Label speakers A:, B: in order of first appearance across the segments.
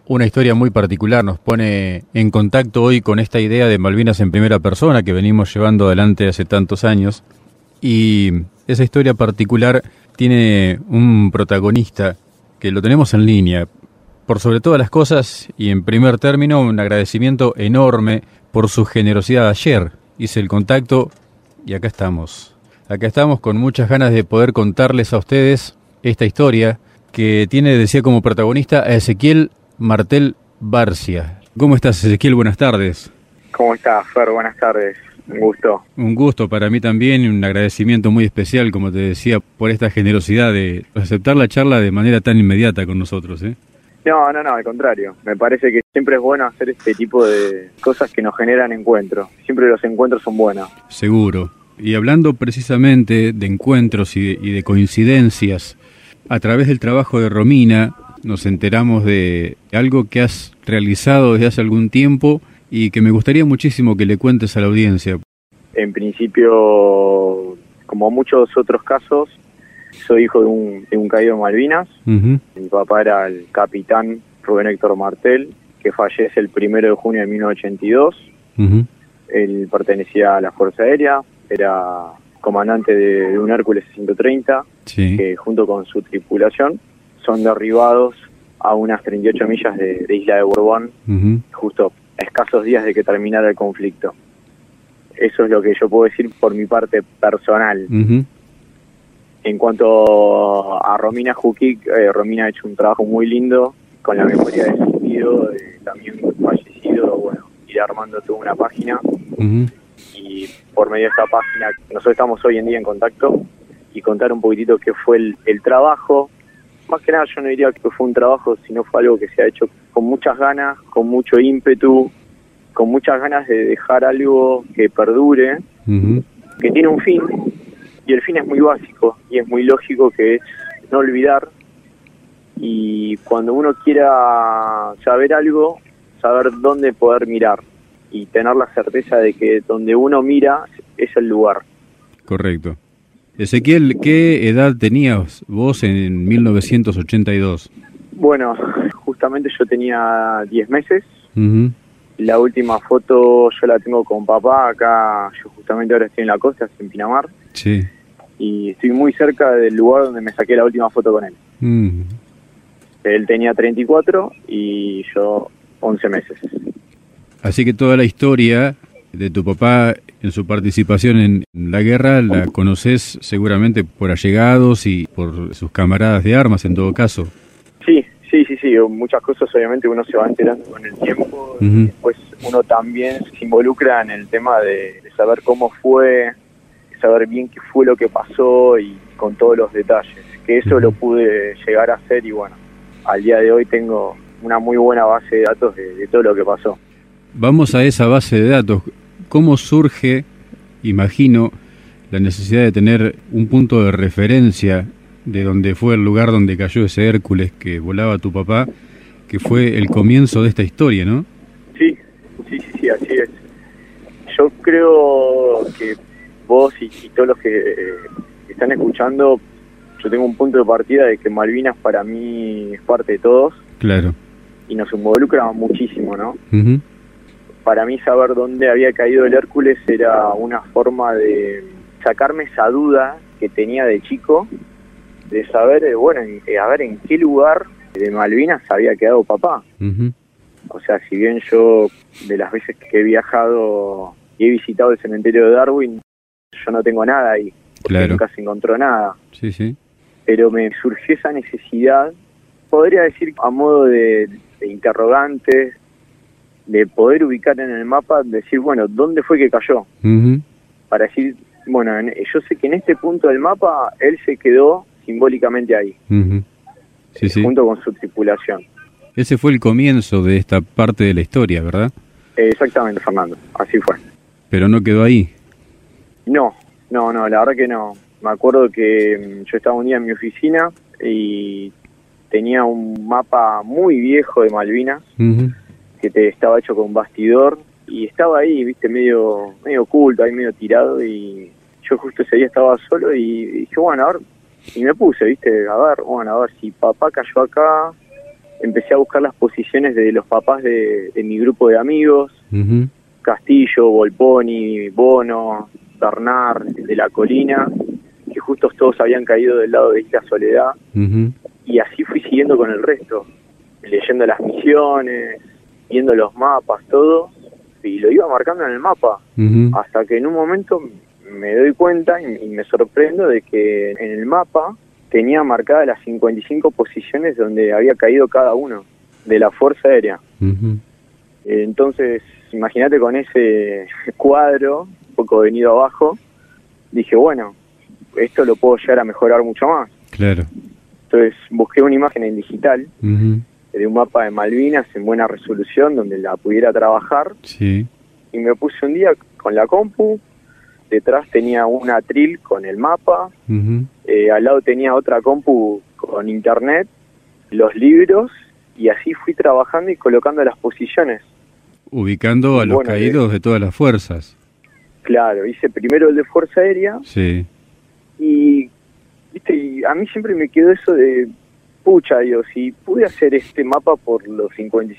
A: Una historia muy particular nos pone en contacto hoy con esta idea de Malvinas en primera persona que venimos llevando adelante hace tantos años. Y esa historia particular tiene un protagonista que lo tenemos en línea. Por sobre todas las cosas, y en primer término, un agradecimiento enorme por su generosidad ayer. Hice el contacto y acá estamos. Acá estamos con muchas ganas de poder contarles a ustedes esta historia que tiene, decía, como protagonista a Ezequiel Martel Barcia. ¿Cómo estás, Ezequiel? Buenas tardes.
B: ¿Cómo estás, Fer? Buenas tardes. Un gusto.
A: Un gusto para mí también y un agradecimiento muy especial, como te decía, por esta generosidad de aceptar la charla de manera tan inmediata con nosotros, ¿eh?
B: No, al contrario. Me parece que siempre es bueno hacer este tipo de cosas que nos generan encuentros. Siempre los encuentros son buenos.
A: Seguro. Y hablando precisamente de encuentros y de coincidencias, a través del trabajo de Romina nos enteramos de algo que has realizado desde hace algún tiempo y que me gustaría muchísimo que le cuentes a la audiencia.
B: En principio, como muchos otros casos, soy hijo de un caído en Malvinas.
A: Uh-huh.
B: Mi papá era el capitán Rubén Héctor Martel, que fallece el 1 de junio de 1982.
A: Uh-huh.
B: Él pertenecía a la Fuerza Aérea, era comandante de un Hércules 130,
A: sí,
B: que junto con su tripulación son derribados a unas 38 millas de Isla de Borbón,
A: uh-huh,
B: justo a escasos días de que terminara el conflicto. Eso es lo que yo puedo decir por mi parte personal.
A: uh-huh.
B: En cuanto a Romina Jukic, Romina ha hecho un trabajo muy lindo con la memoria de su tío, también fallecido, bueno, ir armando toda una página.
A: Uh-huh.
B: Y por medio de esta página nosotros estamos hoy en día en contacto y contar un poquitito qué fue el trabajo. Más que nada yo no diría que fue un trabajo, sino fue algo que se ha hecho con muchas ganas, con mucho ímpetu, con muchas ganas de dejar algo que perdure,
A: Uh-huh.
B: que tiene un fin, y el fin es muy básico y es muy lógico, que es no olvidar. Y cuando uno quiera saber algo, saber dónde poder mirar y tener la certeza de que donde uno mira es el lugar.
A: Correcto. Ezequiel, ¿qué edad tenías vos en 1982?
B: Bueno, justamente yo tenía 10 meses.
A: Uh-huh.
B: La última foto yo la tengo con papá acá. Yo justamente ahora estoy en la costa, estoy en Pinamar.
A: Sí.
B: Y estoy muy cerca del lugar donde me saqué la última foto con él.
A: Uh-huh.
B: Él tenía 34 y yo 11 meses.
A: Así que toda la historia de tu papá en su participación en la guerra la conoces seguramente por allegados y por sus camaradas de armas en todo caso.
B: Sí. Muchas cosas obviamente uno se va enterando con el tiempo.
A: Uh-huh.
B: Y después uno también se involucra en el tema de saber cómo fue, saber bien qué fue lo que pasó y con todos los detalles. Que eso lo pude llegar a hacer y bueno, al día de hoy tengo una muy buena base de datos de todo lo que pasó.
A: Vamos a esa base de datos. ¿Cómo surge, imagino, la necesidad de tener un punto de referencia de donde fue el lugar donde cayó ese Hércules que volaba tu papá, que fue el comienzo de esta historia, ¿no?
B: Sí, así es. Yo creo que vos y todos los que están escuchando, yo tengo un punto de partida de que Malvinas para mí es parte de todos.
A: Claro.
B: Y nos involucra muchísimo, ¿no?
A: Uh-huh.
B: Para mí saber dónde había caído el Hércules era una forma de sacarme esa duda que tenía de chico, de saber, a ver en qué lugar de Malvinas había quedado papá.
A: Uh-huh.
B: O sea, si bien yo, de las veces que he viajado y he visitado el cementerio de Darwin, yo no tengo nada ahí, porque
A: claro,
B: nunca se encontró nada.
A: Sí.
B: Pero me surgió esa necesidad, podría decir a modo de interrogante, de poder ubicar en el mapa, decir, bueno, ¿dónde fue que cayó?
A: Uh-huh.
B: Para decir, bueno, yo sé que en este punto del mapa él se quedó simbólicamente ahí,
A: Uh-huh. Sí.
B: junto con su tripulación.
A: Ese fue el comienzo de esta parte de la historia, ¿verdad?
B: Exactamente, Fernando, así fue.
A: Pero no quedó ahí.
B: No, la verdad que no. Me acuerdo que yo estaba un día en mi oficina y tenía un mapa muy viejo de Malvinas,
A: Uh-huh.
B: que estaba hecho con bastidor, y estaba ahí, viste, medio oculto, ahí medio tirado, y yo justo ese día estaba solo y dije, bueno, a ver, y me puse, viste, a ver si papá cayó acá, empecé a buscar las posiciones de los papás de mi grupo de amigos,
A: Ujú.
B: Castillo, Volponi, Bono, Bernard, de la Colina, que justo todos habían caído del lado de Isla Soledad,
A: Ujú.
B: y así fui siguiendo con el resto, leyendo las misiones, viendo los mapas, todo, y lo iba marcando en el mapa,
A: Ujú.
B: hasta que en un momento me doy cuenta y me sorprendo de que en el mapa tenía marcadas las 55 posiciones donde había caído cada uno de la Fuerza Aérea.
A: Ujú.
B: Entonces, imagínate con ese cuadro, un poco venido abajo, dije, bueno, esto lo puedo llegar a mejorar mucho más.
A: Claro.
B: Entonces busqué una imagen en digital
A: Ujú.
B: de un mapa de Malvinas en buena resolución donde la pudiera trabajar,
A: Sí.
B: y me puse un día con la compu, detrás tenía un atril con el mapa,
A: Ujú.
B: al lado tenía otra compu con internet, los libros, y así fui trabajando y colocando las posiciones.
A: Ubicando a
B: Y
A: los
B: bueno,
A: caídos de todas las fuerzas.
B: Claro, hice primero el de Fuerza Aérea
A: Sí.
B: y, viste, y a mí siempre me quedó eso de, pucha, digo, si pude hacer este mapa por los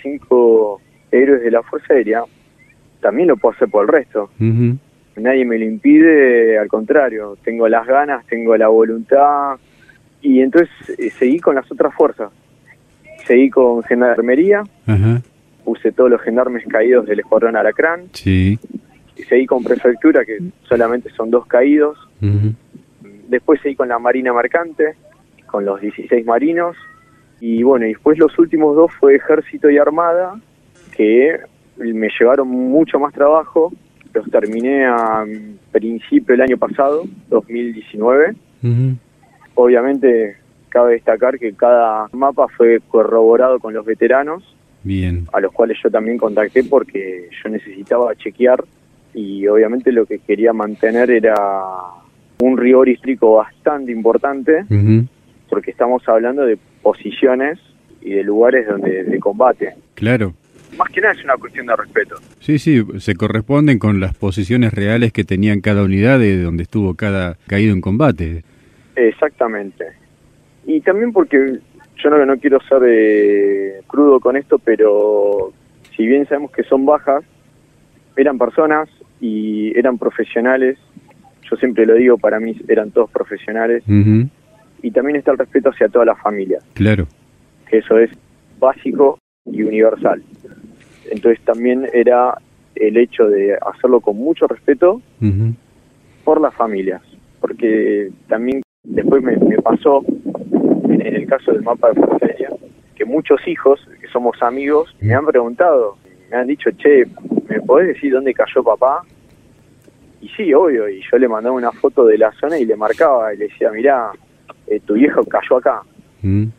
B: 55 héroes de la Fuerza Aérea, también lo puedo hacer por el resto.
A: Ujú.
B: Nadie me lo impide, al contrario, tengo las ganas, tengo la voluntad, y entonces seguí con las otras fuerzas. Seguí con Gendarmería,
A: Ajá.
B: puse todos los gendarmes caídos del Escuadrón Alacrán,
A: Sí.
B: y seguí con Prefectura, que solamente son 2 caídos.
A: Ujú.
B: Después seguí con la Marina Mercante, con los 16 marinos, y bueno, y después los últimos 2 fue Ejército y Armada, que me llevaron mucho más trabajo. Los terminé a principio del año pasado, 2019.
A: Ujú.
B: Obviamente cabe destacar que cada mapa fue corroborado con los veteranos,
A: Bien.
B: a los cuales yo también contacté porque yo necesitaba chequear, y obviamente lo que quería mantener era un rigor histórico bastante importante,
A: Ujú.
B: porque estamos hablando de posiciones y de lugares donde de combate.
A: Claro.
B: Más que nada es una cuestión de respeto.
A: Sí, sí, se corresponden con las posiciones reales que tenían cada unidad de donde estuvo cada caído en combate.
B: Exactamente. Y también porque yo no quiero ser crudo con esto, pero si bien sabemos que son bajas, eran personas y eran profesionales. Yo siempre lo digo, para mí eran todos profesionales.
A: Ujú.
B: Y también está el respeto hacia toda la familia,
A: Claro.
B: que eso es básico y universal. Entonces también era el hecho de hacerlo con mucho respeto
A: Ujú.
B: por las familias, porque también después me pasó en el caso del mapa de Fuerza Aérea que muchos hijos que somos amigos me han preguntado, me han dicho, che, ¿me podés decir dónde cayó papá? Y sí, obvio, y yo le mandaba una foto de la zona y le marcaba y le decía, mirá, tu viejo cayó acá.
A: Mm.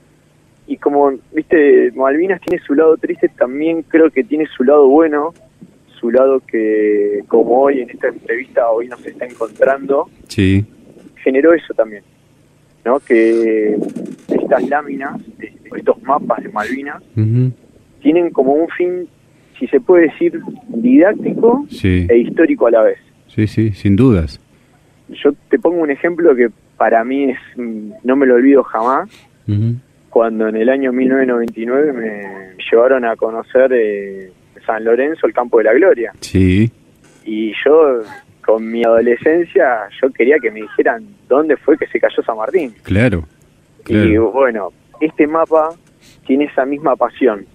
B: Y como, viste, Malvinas tiene su lado triste, también creo que tiene su lado bueno, su lado que, como hoy en esta entrevista, hoy nos está encontrando,
A: Sí.
B: generó eso también, ¿no? Que estas láminas, estos mapas de Malvinas,
A: Ujú.
B: tienen como un fin, si se puede decir, didáctico
A: Sí.
B: e histórico a la vez.
A: Sí, sí, sin dudas.
B: Yo te pongo un ejemplo que para mí es, no me lo olvido jamás,
A: Ujú.
B: cuando en el año 1999 me llevaron a conocer San Lorenzo, el Campo de la Gloria.
A: Sí.
B: Y yo, con mi adolescencia, yo quería que me dijeran dónde fue que se cayó San Martín.
A: Claro.
B: Y
A: Claro.
B: bueno, este mapa tiene esa misma pasión.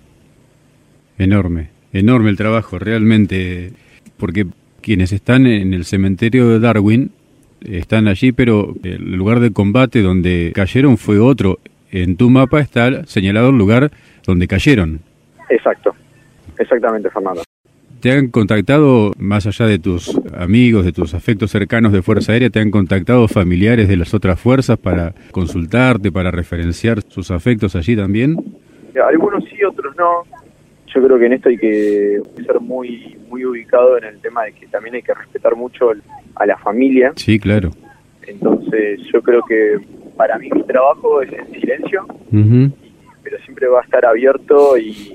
A: Enorme. Enorme el trabajo, realmente. Porque quienes están en el cementerio de Darwin están allí, pero el lugar de combate donde cayeron fue otro. En tu mapa está señalado el lugar donde cayeron.
B: Exacto, exactamente, Fernando.
A: ¿Te han contactado, más allá de tus amigos, de tus afectos cercanos de Fuerza Aérea, te han contactado familiares de las otras fuerzas para consultarte, para referenciar sus afectos allí también?
B: Algunos sí, otros no. Yo creo que en esto hay que ser muy ubicado en el tema de que también hay que respetar mucho a la familia.
A: Sí, claro.
B: Entonces yo creo que para mí mi trabajo es en silencio,
A: Ujú.
B: pero siempre va a estar abierto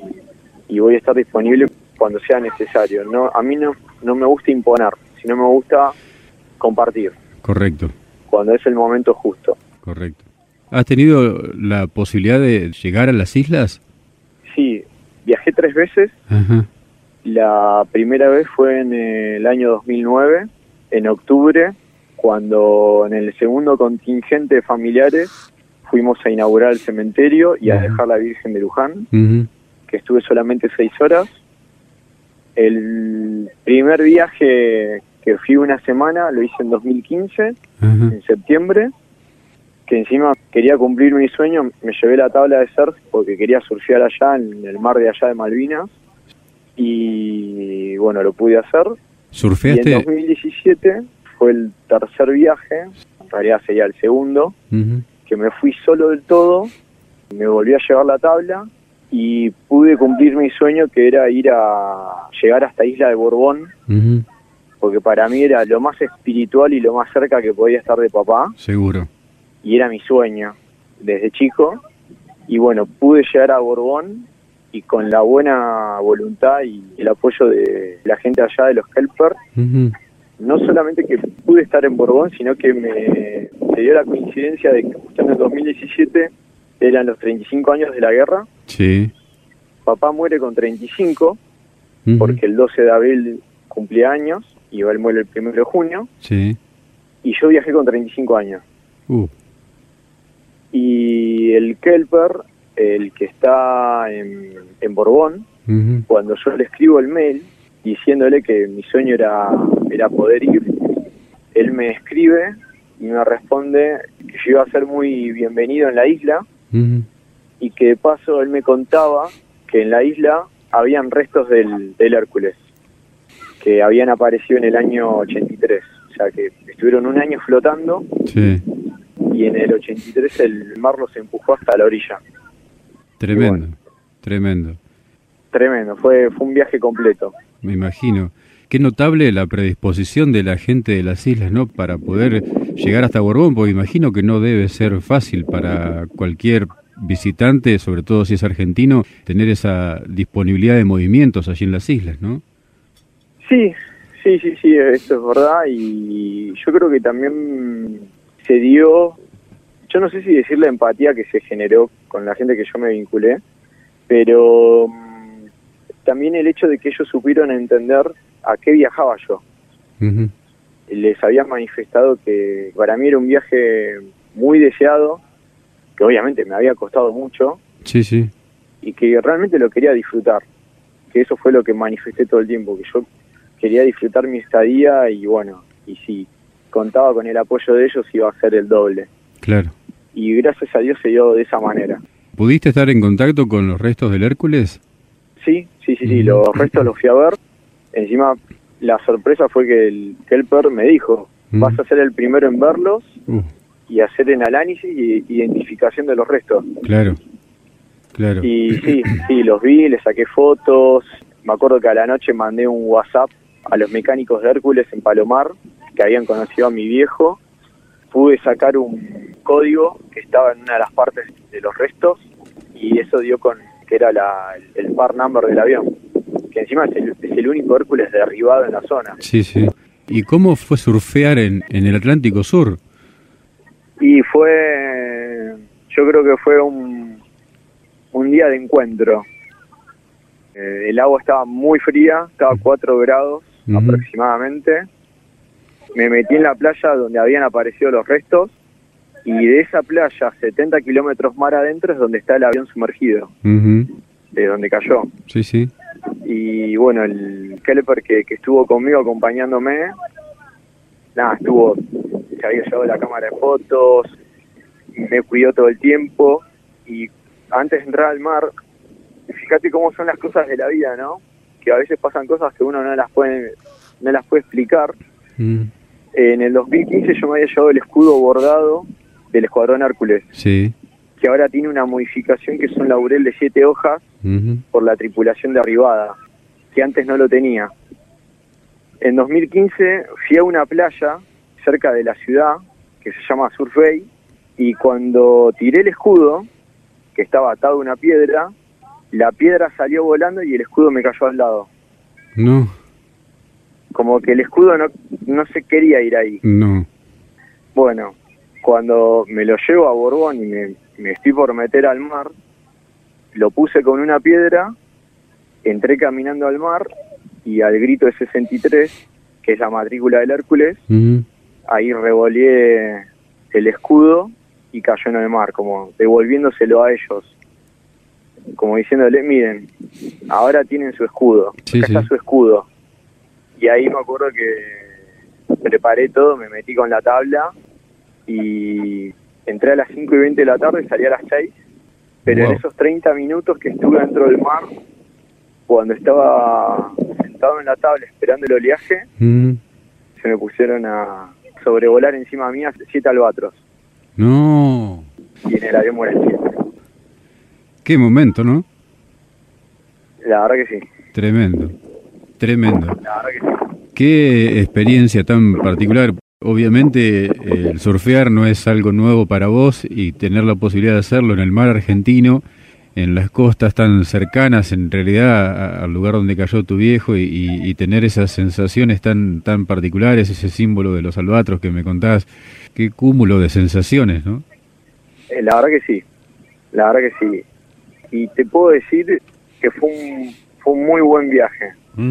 B: y voy a estar disponible cuando sea necesario. No, a mí no me gusta imponer, sino me gusta compartir
A: Correcto,
B: cuando es el momento justo.
A: correcto. ¿Has tenido la posibilidad de llegar a las islas?
B: Sí, viajé 3 veces.
A: Ajá.
B: La primera vez fue en el año 2009, en octubre, cuando en el segundo contingente de familiares fuimos a inaugurar el cementerio y a dejar la Virgen de Luján, que estuve solamente 6 horas. El primer viaje, que fui una semana, lo hice en 2015, en septiembre, que encima quería cumplir mi sueño. Me llevé la tabla de surf porque quería surfear allá, en el mar de allá de Malvinas, y bueno, lo pude hacer.
A: ¿Surfeaste?
B: Y en 2017 fue el tercer viaje, en realidad sería el segundo, que me fui solo del todo, me volví a llevar la tabla y pude cumplir mi sueño, que era llegar hasta Isla de Borbón, porque para mí era lo más espiritual y lo más cerca que podía estar de papá.
A: Seguro.
B: Y era mi sueño desde chico. Y bueno, pude llegar a Borbón, y con la buena voluntad y el apoyo de la gente allá, de los Kelper, no solamente que pude estar en Borbón, sino que se dio la coincidencia de que justo en el 2017 eran los 35 años de la guerra.
A: Sí.
B: Papá muere con 35, porque el 12 de abril cumplía años, y él muere el 1 de junio.
A: Sí.
B: Y yo viajé con 35 años. Y el Kelper, el que está en Borbón, cuando yo le escribo el mail diciéndole que mi sueño era poder ir, él me escribe y me responde que yo iba a ser muy bienvenido en la isla, y que de paso él me contaba que en la isla habían restos del Hércules, que habían aparecido en el año 83, o sea que estuvieron un año flotando.
A: Sí.
B: Y en el 83 el mar los empujó hasta la orilla.
A: Tremendo,
B: bueno,
A: tremendo.
B: Fue un viaje completo.
A: Me imagino. Qué notable la predisposición de la gente de las islas, ¿no? Para poder llegar hasta Borbón, porque imagino que no debe ser fácil para cualquier visitante, sobre todo si es argentino, tener esa disponibilidad de movimientos allí en las islas, ¿no?
B: Sí, eso es verdad. Y yo creo que también se dio, yo no sé si decir la empatía que se generó con la gente que yo me vinculé, pero también el hecho de que ellos supieron entender a qué viajaba yo. Les había manifestado que para mí era un viaje muy deseado, que obviamente me había costado mucho.
A: Sí.
B: Y que realmente lo quería disfrutar, que eso fue lo que manifesté todo el tiempo, que yo quería disfrutar mi estadía, y bueno, y si contaba con el apoyo de ellos iba a ser el doble.
A: Claro.
B: Y gracias a Dios se dio de esa manera.
A: ¿Pudiste estar en contacto con los restos del Hércules?
B: Sí, los restos los fui a ver. Encima la sorpresa fue que el Kelper me dijo, vas a ser el primero en verlos y hacer el análisis y identificación de los restos.
A: Claro.
B: Y sí, los vi, les saqué fotos. Me acuerdo que a la noche mandé un WhatsApp a los mecánicos de Hércules en Palomar, que habían conocido a mi viejo. Pude sacar un código que estaba en una de las partes de los restos, y eso dio con que era el part number del avión, que encima es el único Hércules derribado en la zona.
A: Sí. ¿Y cómo fue surfear en el Atlántico Sur?
B: Y yo creo que fue un día de encuentro. El agua estaba muy fría, estaba a 4 grados aproximadamente. Me metí en la playa donde habían aparecido los restos, y de esa playa, 70 kilómetros mar adentro, es donde está el avión sumergido, de donde cayó.
A: Sí.
B: Y bueno, el Kelper que estuvo conmigo acompañándome, se había llevado la cámara de fotos, me cuidó todo el tiempo. Y antes de entrar al mar, fíjate cómo son las cosas de la vida, ¿no? Que a veces pasan cosas que uno no las puede explicar. En el 2015 yo me había llevado el escudo bordado del Escuadrón Hércules, que ahora tiene una modificación, que es un laurel de 7 hojas por la tripulación de arribada, que antes no lo tenía. En 2015 fui a una playa cerca de la ciudad que se llama Surf Bay, y cuando tiré el escudo, que estaba atado a una piedra, la piedra salió volando y el escudo me cayó al lado.
A: No.
B: Como que el escudo no se quería ir ahí.
A: No.
B: Bueno, Cuando me lo llevo a Borbón y me estoy por meter al mar, lo puse con una piedra, entré caminando al mar y al grito de 63, que es la matrícula del Hércules, ahí revoleé el escudo y cayó en el mar, como devolviéndoselo a ellos, como diciéndole, miren, ahora tienen su escudo,
A: Sí,
B: acá está
A: sí.
B: su escudo. Y ahí me acuerdo que preparé todo, me metí con la tabla y entré a las 5:20 de la tarde y salí a las 6, pero
A: Wow.
B: en esos 30 minutos que estuve dentro del mar, cuando estaba sentado en la tabla esperando el oleaje, se me pusieron a sobrevolar encima mía 7 albatros
A: No.
B: y en el avión muere el 7.
A: Qué momento, ¿no?
B: La verdad que sí,
A: Tremendo. Tremendo.
B: la verdad que sí.
A: Qué experiencia tan particular. Obviamente el surfear no es algo nuevo para vos y tener la posibilidad de hacerlo en el mar argentino, en las costas tan cercanas en realidad al lugar donde cayó tu viejo y tener esas sensaciones tan particulares, ese símbolo de los albatros que me contás, qué cúmulo de sensaciones, ¿no?
B: La verdad que sí, la verdad que sí. Y te puedo decir que fue un muy buen viaje.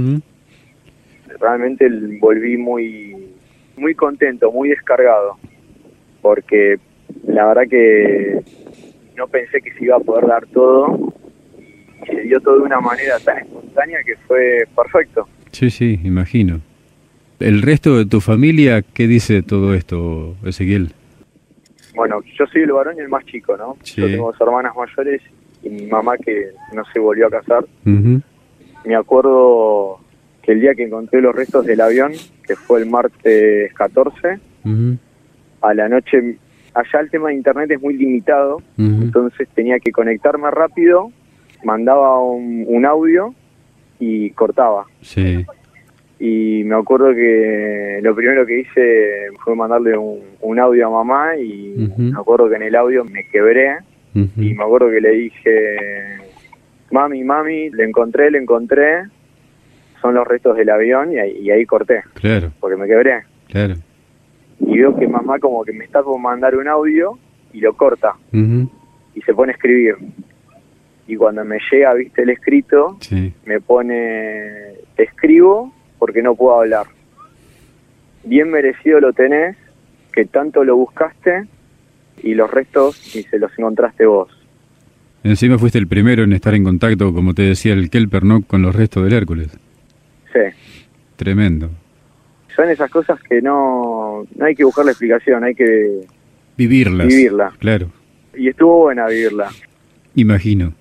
B: Realmente volví muy contento, muy descargado, porque la verdad que no pensé que se iba a poder dar todo y se dio todo de una manera tan espontánea que fue perfecto.
A: Sí, sí, imagino. ¿El resto de tu familia qué dice de todo esto, Ezequiel?
B: Bueno, yo soy el varón y el más chico, ¿no?
A: Sí.
B: Yo tengo 2 hermanas mayores y mi mamá que no se volvió a casar.
A: Ujú.
B: Me acuerdo que el día que encontré los restos del avión, que fue el martes 14,
A: Ujú.
B: a la noche, allá el tema de internet es muy limitado,
A: Ujú.
B: entonces tenía que conectarme rápido, mandaba un audio y cortaba.
A: Sí.
B: Y me acuerdo que lo primero que hice fue mandarle un audio a mamá y
A: Ujú.
B: me acuerdo que en el audio me quebré
A: Ujú.
B: y me acuerdo que le dije, mami, le encontré, son los restos del avión y ahí corté,
A: Claro,
B: porque me quebré.
A: claro.
B: Y veo que mamá como que me está por mandar un audio y lo corta
A: Ujú.
B: y se pone a escribir. Y cuando me llega, viste, el escrito,
A: Sí.
B: me pone, te escribo porque no puedo hablar. Bien merecido lo tenés, que tanto lo buscaste y los restos y se los encontraste vos.
A: Encima fuiste el primero en estar en contacto, como te decía el Kelper, ¿no? Con los restos del Hércules.
B: Sí.
A: Tremendo.
B: Son esas cosas que no hay que buscarle explicación, hay que
A: Vivirlas.
B: vivirla.
A: Claro,
B: Y estuvo buena vivirla.
A: imagino.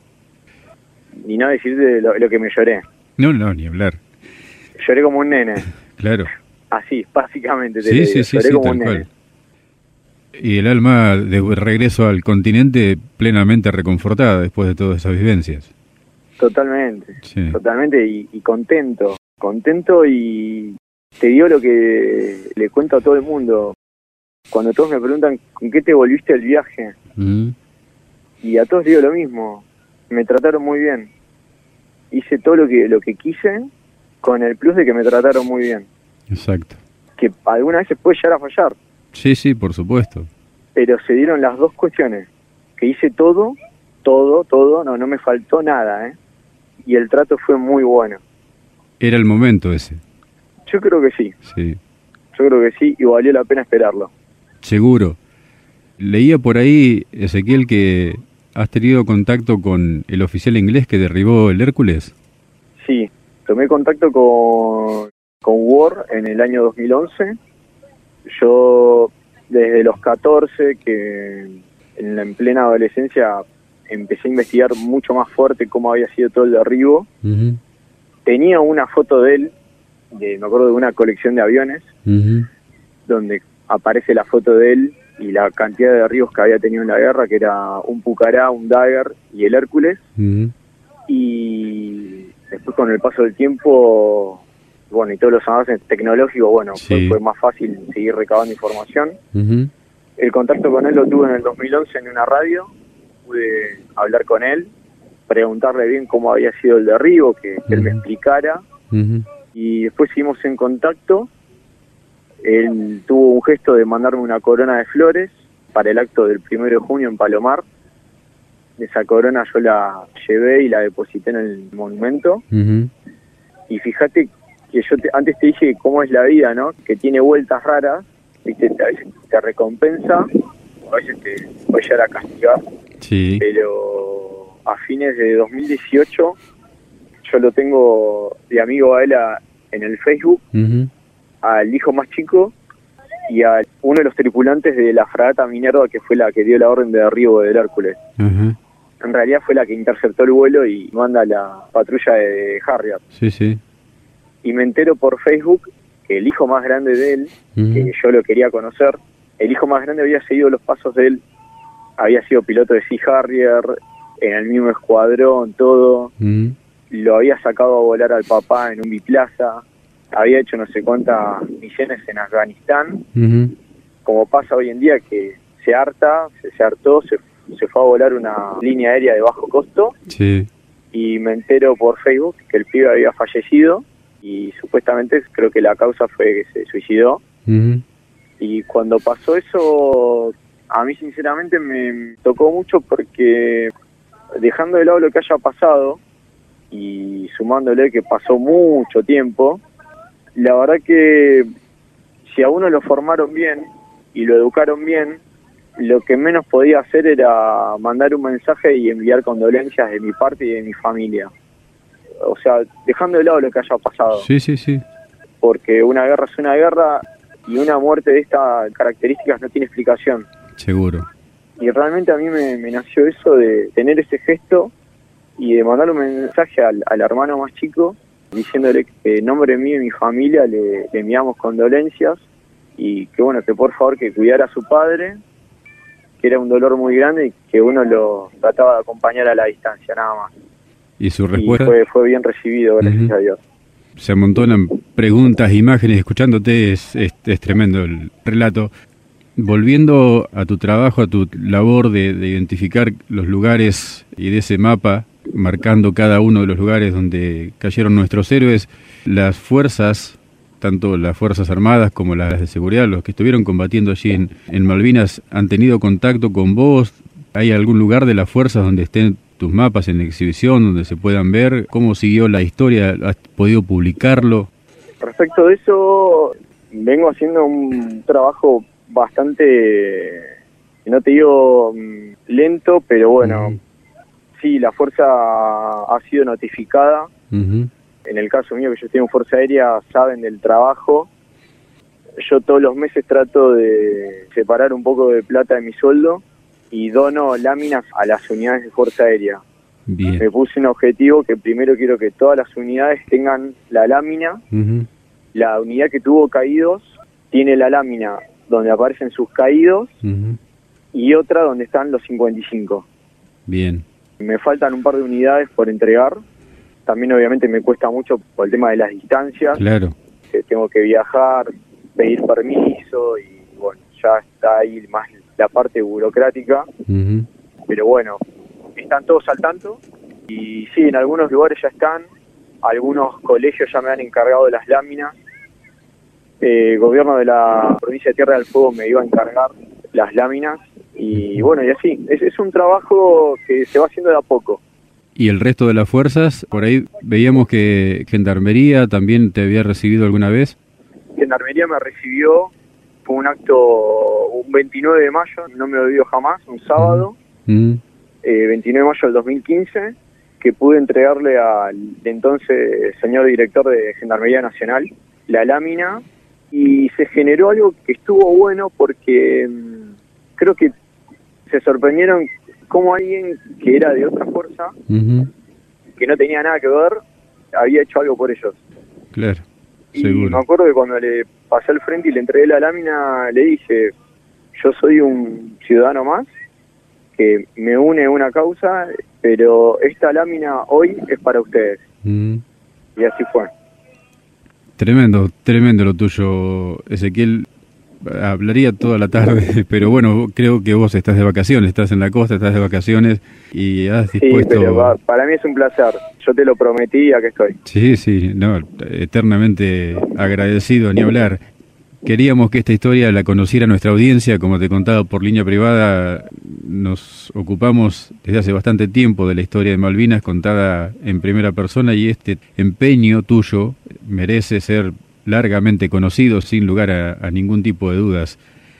B: Y no decirte lo que me lloré.
A: No, ni hablar.
B: Lloré como un nene.
A: Claro.
B: Así, básicamente te
A: Sí,
B: lo digo.
A: sí, sí,
B: Lloré
A: sí,
B: como
A: tal
B: un nene.
A: cual. Y el alma de regreso al continente plenamente reconfortada después de todas esas vivencias.
B: Totalmente.
A: Sí.
B: Totalmente y contento. Contento y te digo lo que le cuento a todo el mundo. Cuando todos me preguntan ¿con qué te volviste al viaje?
A: Mm.
B: Y a todos digo lo mismo. Me trataron muy bien. Hice todo lo que quise con el plus de que me trataron muy bien.
A: Exacto.
B: Que algunas veces puede llegar a fallar,
A: Sí, sí, por supuesto.
B: pero se dieron las dos cuestiones. Que hice todo, no me faltó nada, ¿eh? Y el trato fue muy bueno.
A: Era el momento ese.
B: Yo creo que sí,
A: Sí.
B: y valió la pena esperarlo.
A: Seguro. Leía por ahí, Ezequiel, que has tenido contacto con el oficial inglés que derribó el Hércules.
B: Sí, tomé contacto con War en el año 2011. Yo desde los 14, que en plena adolescencia empecé a investigar mucho más fuerte cómo había sido todo el derribo.
A: Ujú.
B: Tenía una foto de él, me acuerdo de una colección de aviones,
A: Ujú.
B: donde aparece la foto de él y la cantidad de derribos que había tenido en la guerra, que era un Pucará, un Dagger y el Hércules.
A: Ujú.
B: Y después con el paso del tiempo, bueno, y todos los avances tecnológicos, bueno,
A: Sí.
B: fue más fácil seguir recabando información.
A: Ujú.
B: El contacto con él lo tuve en el 2011 en una radio, pude hablar con él, preguntarle bien cómo había sido el derribo, que él me
A: Ujú.
B: explicara,
A: Ujú.
B: y después seguimos en contacto. Él tuvo un gesto de mandarme una corona de flores para el acto del 1 de junio en Palomar. Esa corona yo la llevé y la deposité en el monumento.
A: Uh-huh.
B: Y fíjate que yo antes te dije cómo es la vida, ¿no? Que tiene vueltas raras, ¿viste? A veces te recompensa, a veces te puede llegar a castigar.
A: Sí.
B: Pero a fines de 2018 yo lo tengo de amigo a él en el Facebook,
A: Uh-huh.
B: al hijo más chico y a uno de los tripulantes de la fragata Minerva, que fue la que dio la orden de derribo del Hércules.
A: Uh-huh.
B: En realidad fue la que interceptó el vuelo y manda la patrulla de Harrier.
A: Sí, sí.
B: Y me entero por Facebook que el hijo más grande de él,
A: Uh-huh.
B: que yo lo quería conocer, el hijo más grande había seguido los pasos de él, había sido piloto de Sea Harrier, en el mismo escuadrón, todo.
A: Uh-huh.
B: Lo había sacado a volar al papá en un biplaza, había hecho no sé cuántas misiones en Afganistán,
A: Uh-huh.
B: como pasa hoy en día que se hartó, se fue a volar una línea aérea de bajo costo.
A: Sí.
B: Y me entero por Facebook que el pibe había fallecido y supuestamente creo que la causa fue que se suicidó.
A: Uh-huh.
B: Y cuando pasó eso, a mí sinceramente me tocó mucho porque dejando de lado lo que haya pasado y sumándole que pasó mucho tiempo, la verdad que si a uno lo formaron bien y lo educaron bien, lo que menos podía hacer era mandar un mensaje y enviar condolencias de mi parte y de mi familia. O sea, dejando de lado lo que haya pasado.
A: Sí, sí, sí.
B: Porque una guerra es una guerra y una muerte de estas características no tiene explicación.
A: Seguro.
B: Y realmente a mí me nació eso de tener ese gesto y de mandar un mensaje al hermano más chico diciéndole que en nombre mío y mi familia le enviamos condolencias y que bueno, que por favor que cuidara a su padre, que era un dolor muy grande y que uno lo trataba de acompañar a la distancia, nada más.
A: ¿Y su
B: Y
A: respuesta?
B: fue bien recibido, gracias
A: Uh-huh.
B: a Dios.
A: Se amontonan preguntas, imágenes, escuchándote es tremendo el relato. Volviendo a tu trabajo, a tu labor de identificar los lugares y de ese mapa, marcando cada uno de los lugares donde cayeron nuestros héroes, las fuerzas, tanto las Fuerzas Armadas como las de seguridad, los que estuvieron combatiendo allí en Malvinas, ¿han tenido contacto con vos? ¿Hay algún lugar de las fuerzas donde estén tus mapas en exhibición, donde se puedan ver? ¿Cómo siguió la historia? ¿Has podido publicarlo?
B: Respecto de eso, vengo haciendo un trabajo bastante, no te digo lento, pero bueno, sí, la fuerza ha sido notificada.
A: Uh-huh.
B: En el caso mío, que yo estoy en Fuerza Aérea, saben del trabajo. Yo todos los meses trato de separar un poco de plata de mi sueldo y dono láminas a las unidades de Fuerza Aérea.
A: Bien.
B: Me puse un objetivo que primero quiero que todas las unidades tengan la lámina.
A: Uh-huh.
B: La unidad que tuvo caídos tiene la lámina donde aparecen sus caídos
A: Uh-huh.
B: y otra donde están los 55.
A: Bien.
B: Me faltan un par de unidades por entregar. También obviamente me cuesta mucho por el tema de las distancias.
A: Claro.
B: Que tengo que viajar, pedir permiso y bueno, ya está ahí más la parte burocrática.
A: Uh-huh.
B: Pero bueno, están todos al tanto y sí, en algunos lugares ya están, algunos colegios ya me han encargado de las láminas. El gobierno de la provincia de Tierra del Fuego me iba a encargar las láminas y bueno, y así, es un trabajo que se va haciendo de a poco.
A: ¿Y el resto de las fuerzas? Por ahí veíamos que Gendarmería también te había recibido alguna vez.
B: Gendarmería me recibió, fue un acto un 29 de mayo, no me lo olvido jamás, un sábado, 29 de mayo del 2015, que pude entregarle al entonces señor director de Gendarmería Nacional la lámina y se generó algo que estuvo bueno porque creo que se sorprendieron cómo alguien que era de otra fuerza,
A: Uh-huh.
B: que no tenía nada que ver, había hecho algo por ellos.
A: Claro,
B: Y
A: seguro.
B: me acuerdo que cuando le pasé al frente y le entregué la lámina, le dije, yo soy un ciudadano más, que me une una causa, pero esta lámina hoy es para ustedes.
A: Uh-huh.
B: Y así fue.
A: Tremendo, tremendo lo tuyo, Ezequiel. Hablaría toda la tarde, pero bueno, creo que vos estás de vacaciones, estás en la costa, estás de vacaciones y has dispuesto...
B: Sí, pero para mí es un placer. Yo te lo prometí y aquí estoy.
A: Sí, sí, no, eternamente agradecido, ni hablar. Queríamos que esta historia la conociera nuestra audiencia. Como te contaba por línea privada, nos ocupamos desde hace bastante tiempo de la historia de Malvinas contada en primera persona, y este empeño tuyo merece ser largamente conocido sin lugar a ningún tipo de dudas.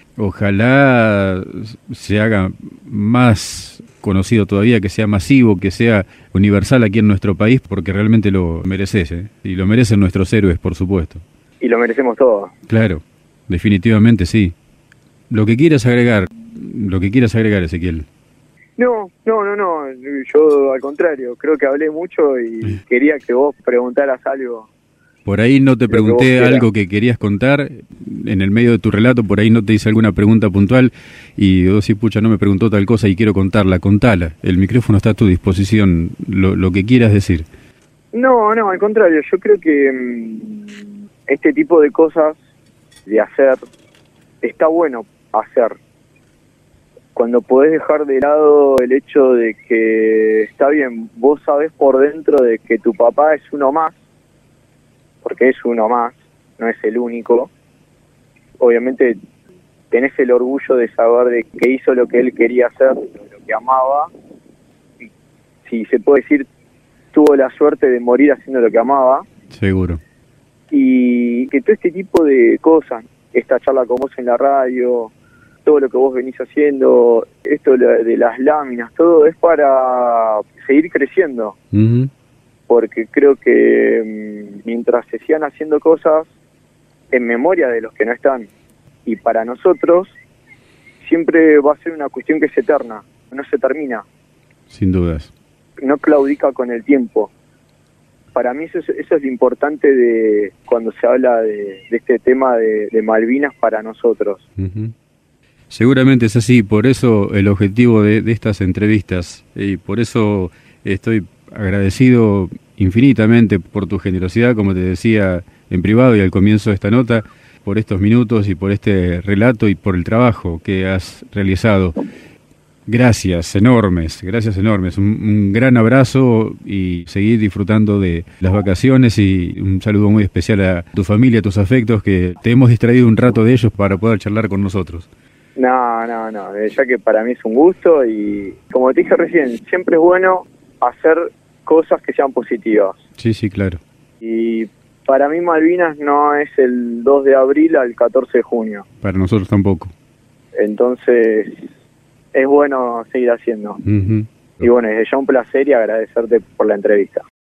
A: Ojalá se haga más conocido todavía, que sea masivo, que sea universal aquí en nuestro país, porque realmente lo mereces, ¿eh? Y lo merecen nuestros héroes, por supuesto.
B: Y lo merecemos todos.
A: Claro, definitivamente sí. Lo que quieras agregar, Ezequiel.
B: No. Yo al contrario, creo que hablé mucho y quería que vos preguntaras algo.
A: Por ahí no te pregunté algo que querías contar en el medio de tu relato, por ahí no te hice alguna pregunta puntual y vos sí, pucha, no me preguntó tal cosa y quiero contarla, contala. El micrófono está a tu disposición, lo que quieras decir.
B: No, al contrario, yo creo que este tipo de cosas de hacer, está bueno hacer. Cuando podés dejar de lado el hecho de que está bien, vos sabés por dentro de que tu papá es uno más, porque es uno más, no es el único. Obviamente tenés el orgullo de saber de que hizo lo que él quería hacer, lo que amaba. Y, si se puede decir, tuvo la suerte de morir haciendo lo que amaba.
A: Seguro.
B: Y que todo este tipo de cosas, esta charla con vos en la radio, todo lo que vos venís haciendo, esto de las láminas, todo es para seguir creciendo.
A: Uh-huh.
B: Porque creo que mientras se sigan haciendo cosas en memoria de los que no están, y para nosotros siempre va a ser una cuestión que es eterna, no se termina.
A: Sin dudas.
B: No claudica con el tiempo. Para mí eso es lo importante de cuando se habla de este tema de Malvinas para nosotros.
A: Uh-huh. Seguramente es así, por eso el objetivo de estas entrevistas, y por eso estoy agradecido infinitamente por tu generosidad, como te decía en privado y al comienzo de esta nota, por estos minutos y por este relato y por el trabajo que has realizado. Gracias enormes. Un gran abrazo y seguir disfrutando de las vacaciones, y un saludo muy especial a tu familia, a tus afectos, que te hemos distraído un rato de ellos para poder charlar con nosotros.
B: No, ya que para mí es un gusto, y como te dije recién, siempre es bueno hacer cosas que sean positivas.
A: Sí, claro.
B: Y para mí Malvinas no es el 2 de abril al 14 de junio.
A: Para nosotros tampoco.
B: Entonces es bueno seguir haciendo.
A: Uh-huh.
B: Y bueno, es ya un placer y agradecerte por la entrevista.